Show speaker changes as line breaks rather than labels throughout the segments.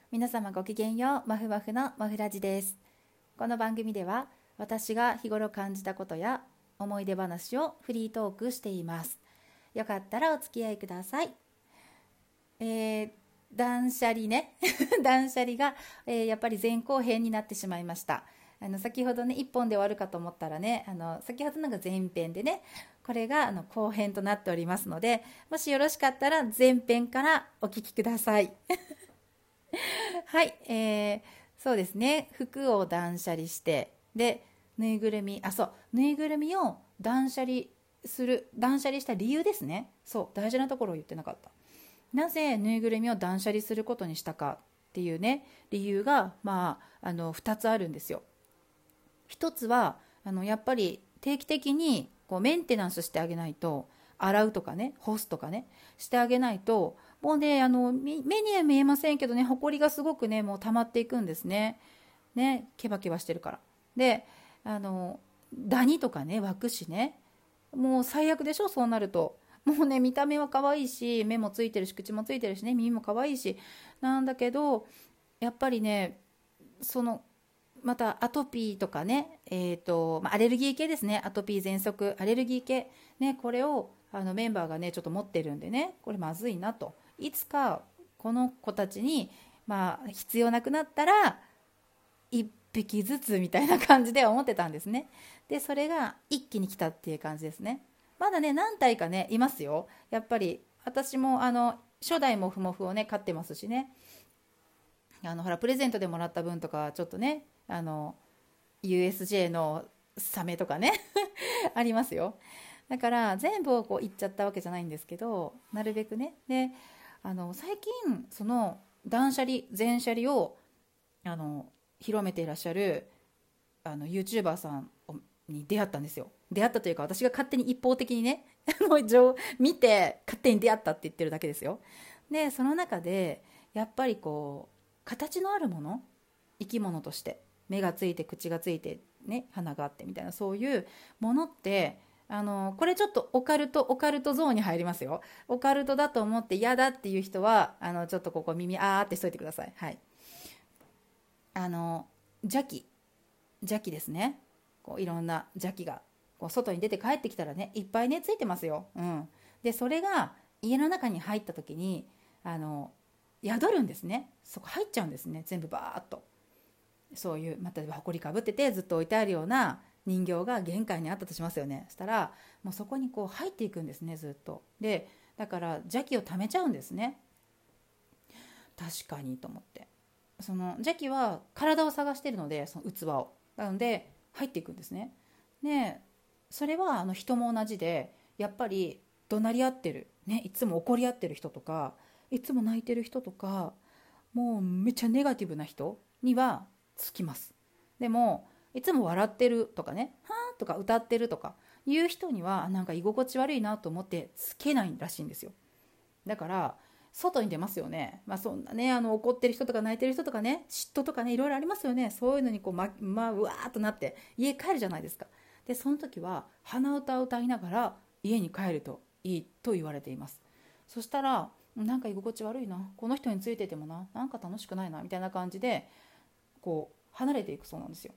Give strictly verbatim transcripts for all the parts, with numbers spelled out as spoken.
皆様ごきげんよう。マフマフのマフラジです。この番組では私が日頃感じたことや思い出話をフリートークしています。よかったらお付き合いください。えー、断捨離ね断捨離が、えー、やっぱり前後編になってしまいました。あの先ほどねいっぽんで終わるかと思ったらね、あの先ほどのが前編でね、これがあの後編となっておりますので、もしよろしかったら前編からお聞きくださいはい、えー、そうですね。服を断捨離して、で、ぬいぐるみ、あ、そう、ぬいぐるみを断捨離する、断捨離した理由ですね。そう、大事なところを言ってなかった。なぜぬいぐるみを断捨離することにしたかっていうね、理由が、まあ、あの、ふたつあるんですよ。ひとつは、あの、やっぱり定期的にこうメンテナンスしてあげないと、洗うとかね、干すとかね、してあげないと、もうね、あの、目には見えませんけどね、ほこりがすごくね、もう溜まっていくんですね。ね、ケバケバしてるから。で、あの、ダニとかね、湧くしね、もう最悪でしょ、そうなると。もうね、見た目は可愛いし、目もついてるし、口もついてるしね、耳も可愛いし、なんだけど、やっぱりね、その、またアトピーとかね、えーとまあ、アレルギー系ですね。アトピー、喘息、アレルギー系、ね、これをあのメンバーがねちょっと持ってるんでね、これまずいなと、いつかこの子たちに、まあ、必要なくなったらいっぴきずつみたいな感じで思ってたんですね。でそれが一気に来たっていう感じですね。まだね何体かねいますよ。やっぱり私もあの初代モフモフをね飼ってますしね、あのほらプレゼントでもらった分とかちょっとね、あの ユーエスジェー のサメとかねありますよ。だから全部をこう言っちゃったわけじゃないんですけど、なるべくね。であの最近その断捨離全捨離をあの広めていらっしゃるあの YouTuber さんに出会ったんですよ。出会ったというか、私が勝手に一方的にねあの情見て勝手に出会ったって言ってるだけですよ。でその中でやっぱりこう形のあるもの、生き物として目がついて口がついて、ね、鼻があってみたいな、そういうものって、あのこれちょっとオカルトオカルトゾーンに入りますよ。オカルトだと思って嫌だっていう人はあのちょっとここ耳あーってしといてください。はい。あの邪気邪気ですね。こういろんな邪気がこう外に出て帰ってきたらね、いっぱいねついてますよ。うん。でそれが家の中に入った時にあの宿るんですね。そこ入っちゃうんですね、全部バーッと。そういう、まあ、例えばほこりかぶっててずっと置いてあるような人形が玄関にあったとしますよね。そしたらもうそこにこう入っていくんですね、ずっと。でだから邪気を溜めちゃうんですね。確かにと思って、その邪気は体を探しているので、その器をなので入っていくんですね。でそれはあの人も同じで、やっぱり怒鳴り合ってる、ね、いつも怒り合ってる人とか、いつも泣いてる人とか、もうめっちゃネガティブな人にはつきます。でもいつも笑ってるとかね、はーとか歌ってるとかいう人にはなんか居心地悪いなと思ってつけないらしいんですよ。だから外に出ますよね。まあそんなね、あの怒ってる人とか泣いてる人とかね、嫉妬とかね、いろいろありますよね。そういうのにこうま、まあ、うわーっとなって家帰るじゃないですか。でその時は鼻歌を歌いながら家に帰るといいと言われています。そしたらなんか居心地悪いな、この人についててもな、なんか楽しくないなみたいな感じでこう離れていくそうなんですよ。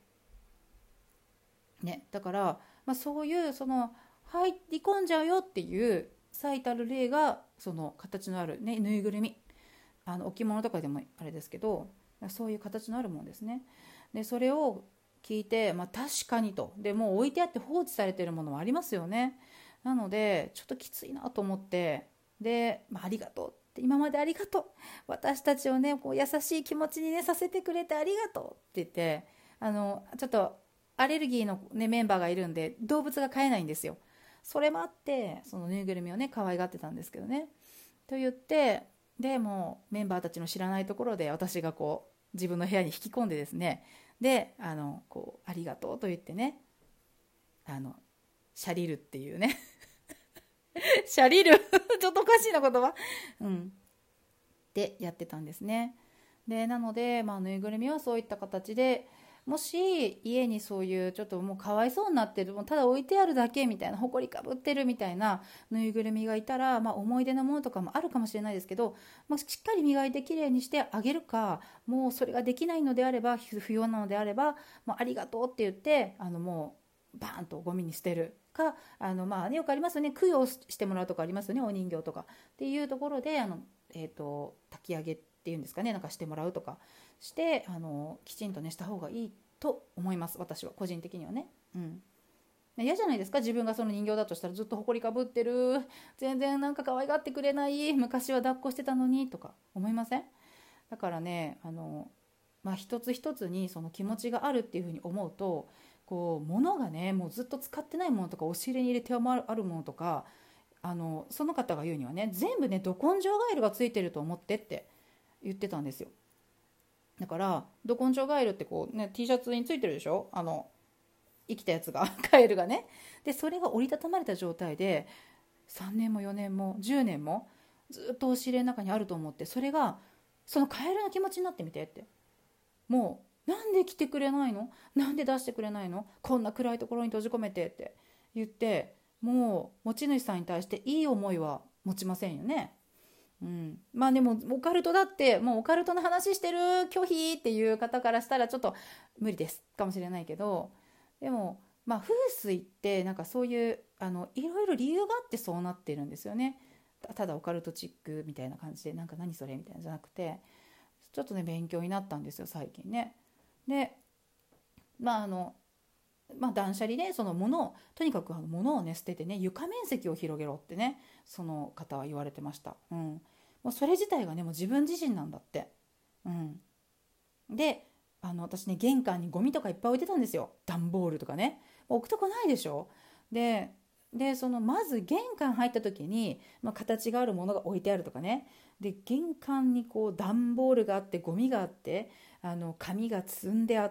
ね、だから、まあ、そういうその入り込んじゃうよっていう最たる例がその形のある、ね、ぬいぐるみ、あの置物とかでもあれですけど、そういう形のあるものですね。でそれを聞いて、まあ、確かにと。でもう置いてあって放置されているものもありますよね。なのでちょっときついなと思って、で、まあ、ありがとうって、今までありがとう、私たちをねこう優しい気持ちに、ね、させてくれてありがとうって言って、あのちょっとアレルギーの、ね、メンバーがいるんで動物が飼えないんですよ。それもあってそのぬいぐるみをね可愛がってたんですけどね。と言って、でもうメンバーたちの知らないところで私がこう自分の部屋に引き込んでですね、であのこうありがとうと言ってね、あのシャリるっていうねシャリるちょっとおかしいな言葉、うんでやってたんですね。でなので、まあ、ぬいぐるみはそういった形でもし家にそういうちょっともうかわいそうになってる、もうただ置いてあるだけみたいな、ほこりかぶってるみたいなぬいぐるみがいたら、まあ、思い出のものとかもあるかもしれないですけど、もうしっかり磨いてきれいにしてあげるか、もうそれができないのであれば、不要なのであれば、もうありがとうって言ってあのもうバーンとゴミに捨てるか、あのまあ、ね、よくありますよね、供養してもらうとかありますよね、お人形とかっていうところであの、えーと、炊き上げっていうんですかね、なんかしてもらうとかしてあのきちんとねした方がいいと思います、私は個人的にはね。うん、嫌じゃないですか、自分がその人形だとしたら、ずっとほこりかぶってる、全然なんか可愛がってくれない、昔は抱っこしてたのにとか思いません？だからね、あの、まあ、一つ一つにその気持ちがあるっていうふうに思うと、こう物がねもうずっと使ってないものとか、押し入れに入れてあるものとか、あのその方が言うにはね、全部ねど根性ガエルがついてると思ってって言ってたんですよ。だからど根性ガエルってこう、ね、T シャツについてるでしょ、あの生きたやつがカエルがね。でそれが折りたたまれた状態でさんねんもよねんもじゅうねんもずっと押し入れの中にあると思って、それがそのカエルの気持ちになってみてって、もうなんで来てくれないの、なんで出してくれないの、こんな暗いところに閉じ込めてって言って、もう持ち主さんに対していい思いは持ちませんよね。うん、まあでもオカルトだって、もうオカルトの話してる拒否っていう方からしたらちょっと無理ですかもしれないけど、でもまあ風水ってなんかそういうあのいろいろ理由があってそうなってるんですよね。ただオカルトチックみたいな感じでなんか何それみたいなじゃなくて、ちょっとね勉強になったんですよ最近ね。でまああのまあ、断捨離でその物をとにかくあの物をね捨ててね、床面積を広げろってね、その方は言われてました。うん、もうそれ自体がねもう自分自身なんだって。うん、であの私ね玄関にゴミとかいっぱい置いてたんですよ、段ボールとかね。置くとこないでしょ。ででそのまず玄関入った時に、まあ、形があるものが置いてあるとかね。で玄関にこう段ボールがあってゴミがあって、あの紙が積んであって、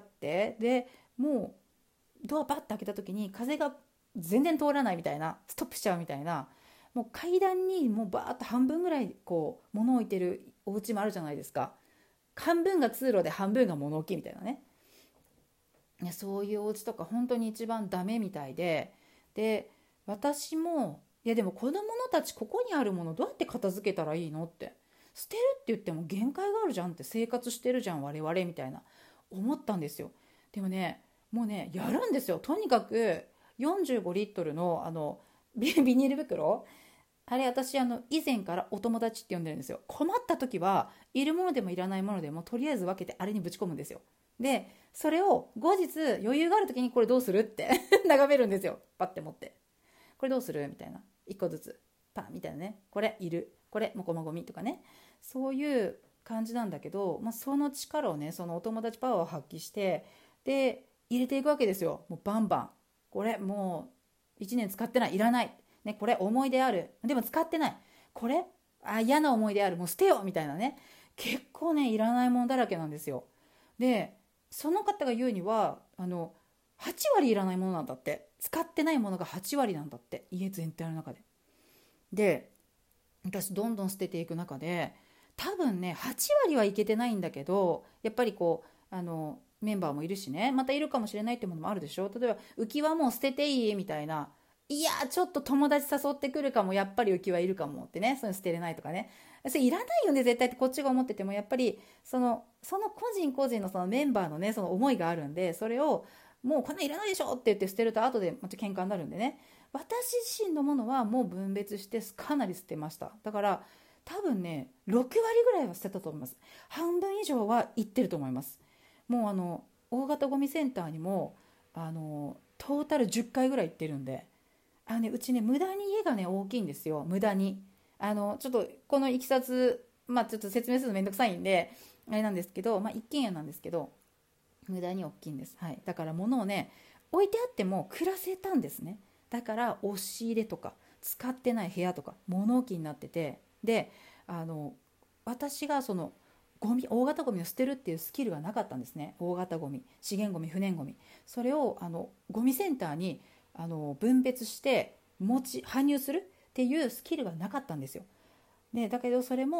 でもうドアバッて開けた時に風が全然通らないみたいな、ストップしちゃうみたいな、もう階段にもうバーッと半分ぐらいこう物を置いてるお家もあるじゃないですか。半分が通路で半分が物置みたいなね。そういうお家とか本当に一番ダメみたいで、で私もいやでも子供たちここにあるものどうやって片付けたらいいのって、捨てるって言っても限界があるじゃんって、生活してるじゃん我々みたいな思ったんですよ。でもねもうねやるんですよ。とにかくよんじゅうごリットルのあのビビニール袋、あれ私あの以前からお友達って呼んでるんですよ。困った時はいるものでもいらないものでもとりあえず分けてあれにぶち込むんですよ。でそれを後日余裕がある時にこれどうするって眺めるんですよ。パッて持ってこれどうするみたいな、いっこずつパンみたいなね、これいる、これもこもごみとかね、そういう感じなんだけど、まあ、その力をねそのお友達パワーを発揮してで入れていくわけですよ。もうバンバン、これもういちねん使ってない、いらない、ね、これ思い出ある、でも使ってない、これあ嫌な思い出ある、もう捨てようみたいなね、結構ねいらないものだらけなんですよ。でその方が言うにはあのはち割いらないものなんだって、使ってないものがはち割なんだって、家全体の中で。で私どんどん捨てていく中で多分ねはち割はいけてないんだけど、やっぱりこうあのメンバーもいるしね、またいるかもしれないってものもあるでしょ。例えば浮き輪もう捨てていいみたいな、いやちょっと友達誘ってくるかも、やっぱり浮き輪いるかもってね、そういうの捨てれないとかね、それいらないよね絶対ってこっちが思ってても、やっぱりそのその個人個人のそのメンバーのねその思いがあるんで、それをもうこんなんいらないでしょって言って捨てると後でまた喧嘩になるんでね、私自身のものはもう分別してかなり捨てました。だから多分ねろく割ぐらいは捨てたと思います。半分以上はいってると思います。もうあの大型ゴミセンターにもあのトータルじゅっかいぐらい行ってるんで、あの、ね、うちね無駄に家がね大きいんですよ。無駄にあのちょっとこのいきさつ、まあちょっと説明するのめんどくさいんであれなんですけど、まあ一軒家なんですけど無駄に大きいんです。はい、だから物をね置いてあっても暮らせたんですね。だから押し入れとか使ってない部屋とか物置になってて、であの私がそのゴミ大型ゴミを捨てるっていうスキルがなかったんですね。大型ゴミ、資源ゴミ、不燃ゴミ、それをあのゴミセンターにあの分別して持ち搬入するっていうスキルがなかったんですよ。でだけどそれも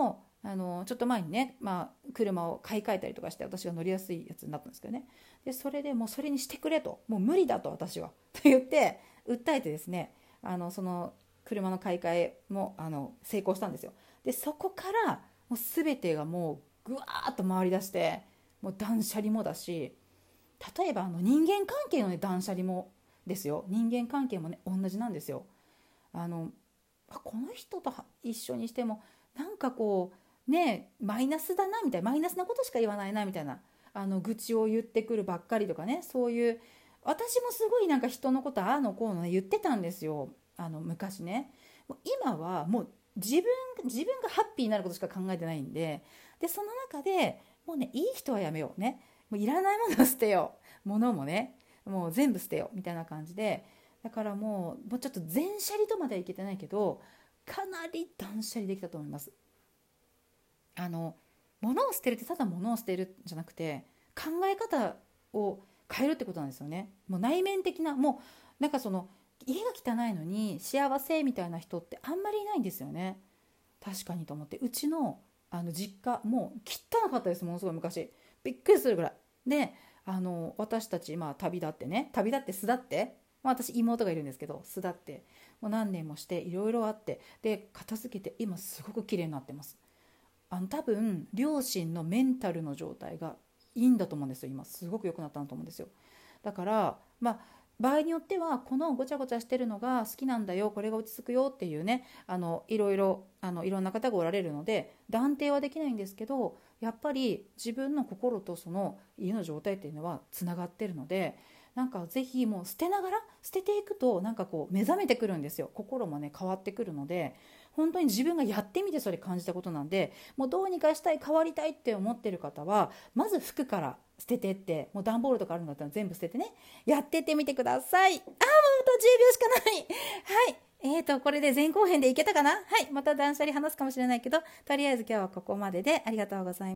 あのちょっと前にね、まあ、車を買い替えたりとかして私が乗りやすいやつになったんですけどね。でそれでもうそれにしてくれと、もう無理だと私はと言って訴えてですね、あのその車の買い替えもあの成功したんですよ。でそこからもう全てがもうぐわーっと回り出して、もう断捨離もだし、例えばあの人間関係の、ね、断捨離もですよ。人間関係もね同じなんですよ。あのこの人と一緒にしてもなんかこうねマイナスだなみたいな、マイナスなことしか言わないなみたいな、あの愚痴を言ってくるばっかりとかね、そういう、私もすごいなんか人のことああのこうの、ね、言ってたんですよ、あの昔ね。もう今はもう自分自分がハッピーになることしか考えてないんで、でその中でもうね、いい人はやめようね、もういらないものを捨てよう、物もねもう全部捨てようみたいな感じで、だからもうもうちょっと全捨離とまではいけてないけど、かなり断捨離できたと思います。あの物を捨てるってただ物を捨てるんじゃなくて、考え方を変えるってことなんですよね。もう内面的な、もうなんかその家が汚いのに幸せみたいな人ってあんまりいないんですよね。確かにと思って、うちのあの実家もう汚かったです、ものすごい昔、びっくりするぐらいで、あの私たち、まあ、旅立ってね、旅立って巣立って、まあ、私妹がいるんですけど、巣立ってもう何年もしていろいろあって、で片付けて今すごく綺麗になってます。あの多分両親のメンタルの状態がいいんだと思うんですよ。今すごく良くなったなと思うんですよ。だからまあ場合によってはこのごちゃごちゃしてるのが好きなんだよ、これが落ち着くよっていうね、あのいろいろあのいろんな方がおられるので断定はできないんですけど、やっぱり自分の心とその家の状態っていうのはつながってるので、なんかぜひもう捨てながら捨てていくと、なんかこう目覚めてくるんですよ。心もね変わってくるので、本当に自分がやってみてそれ感じたことなんで、もうどうにかしたい、変わりたいって思ってる方はまず服から捨ててって、もう段ボールとかあるんだったら全部捨ててね、やってってみてください。あーもうあとじゅうびょうしかないはい、えーとこれで前後編でいけたかな。はい、また断捨離話すかもしれないけど、とりあえず今日はここまでで、ありがとうございます。